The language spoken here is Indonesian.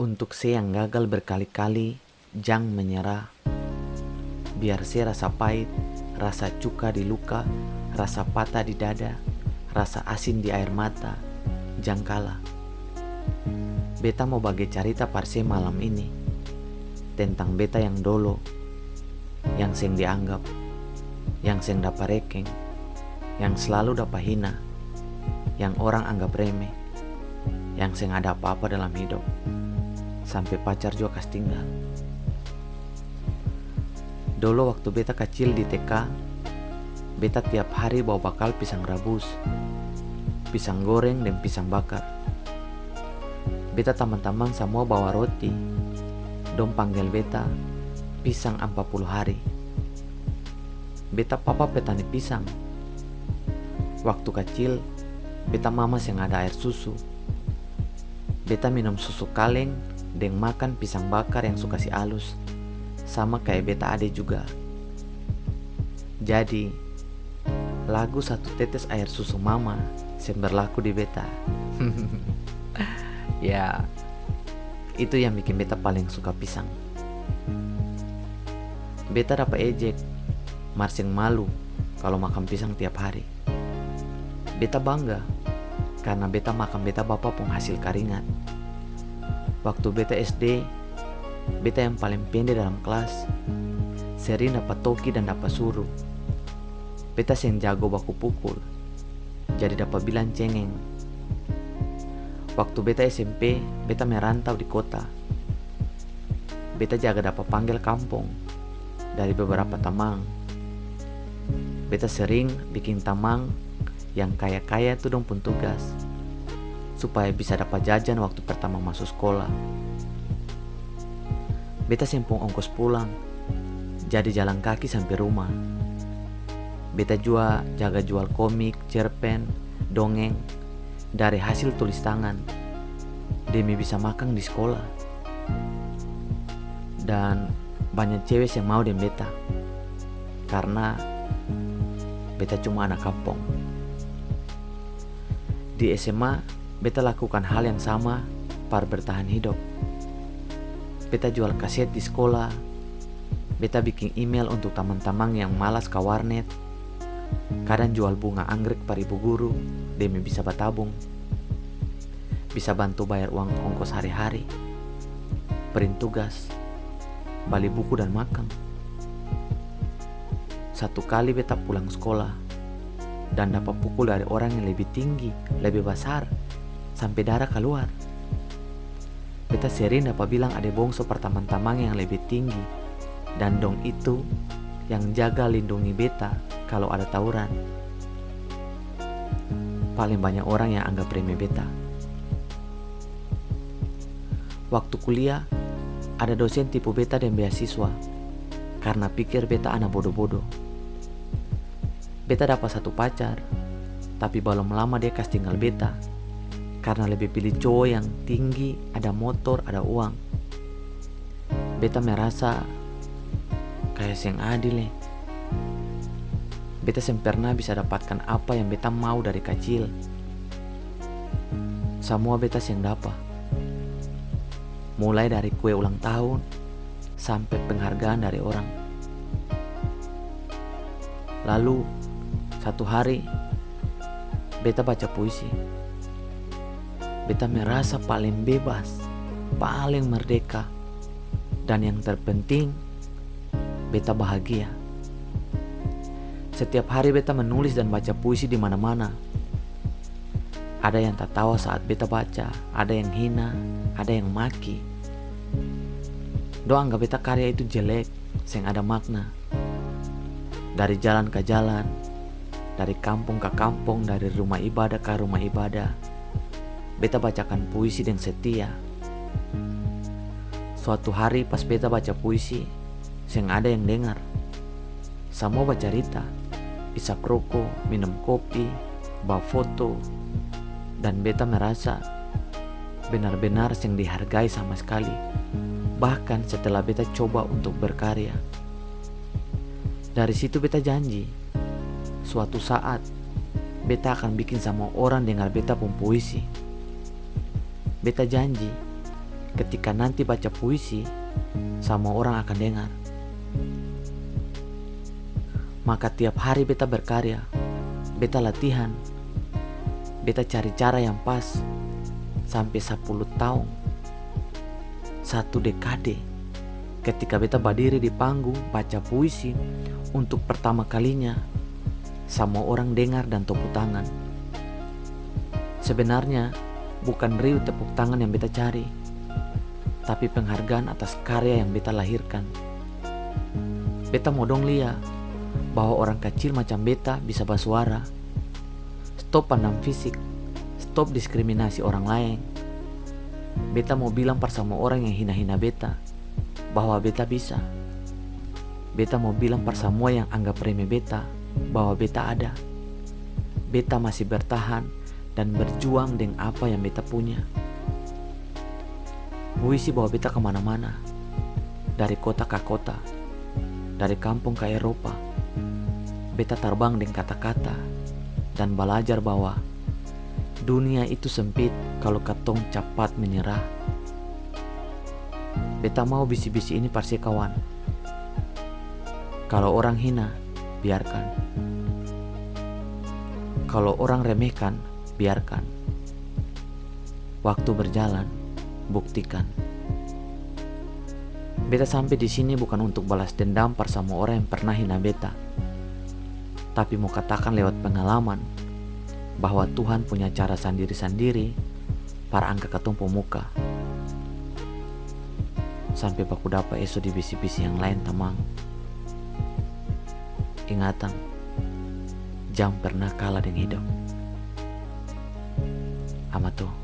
Untuk saya yang gagal berkali-kali, jangan menyerah. Biar saya rasa pahit, rasa cuka di luka, rasa patah di dada, rasa asin di air mata, jangan kalah. Beta mau bagi cerita parse malam ini tentang beta yang dolo, yang seng dianggap, yang seng dapat rekeng, yang selalu dapat hina, yang orang anggap remeh, yang seng ada apa-apa dalam hidup, sampai pacar juga kas tinggal. Dulu waktu beta kecil di TK, beta tiap hari bawa bakal pisang rebus, pisang goreng, dan pisang bakar. Beta teman-teman semua bawa roti, dong panggil beta pisang 40 hari. Beta papa petani pisang. Waktu kecil, beta mama seng ada air susu. Beta minum susu kaleng dan makan pisang bakar yang suka si alus, sama kayak beta ade juga. Jadi, lagu satu tetes air susu mama seng berlaku di beta. Ya, itu yang bikin beta paling suka pisang. Beta dapat ejek, marsing malu kalau makan pisang tiap hari. Beta bangga karena beta makan beta bapak penghasil keringat. Waktu beta SD, beta yang paling pendek dalam kelas, sering dapat toki dan dapat suruh. Beta seng jago baku pukul, jadi dapat bilang cengeng. Waktu beta SMP, beta merantau di kota. Beta jaga dapat panggil kampung dari beberapa tamang. Beta sering bikin tamang yang kaya-kaya itu dong pun tugas, supaya bisa dapat jajan waktu pertama masuk sekolah. Beta sempung ongkos pulang, jadi jalan kaki sampai rumah. Beta juga jaga jual komik, cerpen, dongeng dari hasil tulis tangan demi bisa makan di sekolah. Dan banyak cewek yang mau dengan beta karena beta cuma anak kampung. Di SMA, beta lakukan hal yang sama para bertahan hidup. Beta jual kaset di sekolah. Beta bikin email untuk teman-teman yang malas ke warnet. Kadang jual bunga anggrek par ibu guru demi bisa bertabung, bisa bantu bayar uang ongkos hari-hari, print tugas, beli buku dan makan. Satu kali beta pulang sekolah dan dapat pukul dari orang yang lebih tinggi, lebih besar, sampai darah keluar. Beta sering dapat bilang ada bongso perteman-teman yang lebih tinggi, dan dong itu yang jaga lindungi beta kalau ada tawuran. Paling banyak orang yang anggap remeh beta. Waktu kuliah, ada dosen tipu beta dan beasiswa karena pikir beta anak bodoh-bodoh. Beta dapat satu pacar, tapi belum lama dia kas tinggal beta karena lebih pilih cowok yang tinggi, ada motor, ada uang. Beta merasa kayak seng adil. Beta seng pernah bisa dapatkan apa yang beta mau dari kecil. Semua beta seng dapat. Mulai dari kue ulang tahun sampai penghargaan dari orang. Lalu satu hari beta baca puisi. Beta merasa paling bebas, paling merdeka, dan yang terpenting beta bahagia. Setiap hari beta menulis dan baca puisi di mana-mana. Ada yang tertawa saat beta baca, ada yang hina, ada yang maki. Doa anggap beta karya itu jelek, seng ada makna. Dari jalan ke jalan, dari kampung ke kampung, dari rumah ibadah ke rumah ibadah, beta bacakan puisi dengan setia. Suatu hari pas beta baca puisi, seng ada yang dengar. Semua baca cerita, isap rokok, minum kopi, bawa foto, dan beta merasa benar-benar seng dihargai sama sekali. Bahkan setelah beta coba untuk berkarya. Dari situ beta janji, suatu saat beta akan bikin sama orang dengar beta pun puisi. Beta janji, ketika nanti baca puisi, semua orang akan dengar. Maka tiap hari beta berkarya, beta latihan, beta cari cara yang pas sampai 10 tahun, 1 dekade. Ketika beta berdiri di panggung baca puisi untuk pertama kalinya, semua orang dengar dan tepuk tangan. Sebenarnya bukan riuh tepuk tangan yang beta cari, tapi penghargaan atas karya yang beta lahirkan. Beta mau dong lihat bahwa orang kecil macam beta bisa bersuara. Stop pandang fisik, stop diskriminasi orang lain. Beta mau bilang per sama orang yang hina-hina beta bahwa beta bisa. Beta mau bilang per semua yang anggap remeh beta bahwa beta ada. Beta masih bertahan dan berjuang dengan apa yang beta punya. Puisi bawa beta kemana-mana, dari kota ke kota, dari kampung ke Eropa. Beta terbang dengan kata-kata dan belajar bahwa dunia itu sempit kalau katong cepat menyerah. Beta mau bisi-bisi ini parse kawan. Kalau orang hina, biarkan. Kalau orang remehkan, biarkan. Waktu berjalan, buktikan. Beta sampai di sini bukan untuk balas dendam per sama orang yang pernah hina beta, tapi mau katakan lewat pengalaman bahwa Tuhan punya cara sendiri-sendiri para angka katong pemuka. Sampai baku dapat esok di bisi-bisi yang lain tamang. Ingatan, jangan pernah kalah dengan hidup. Amato.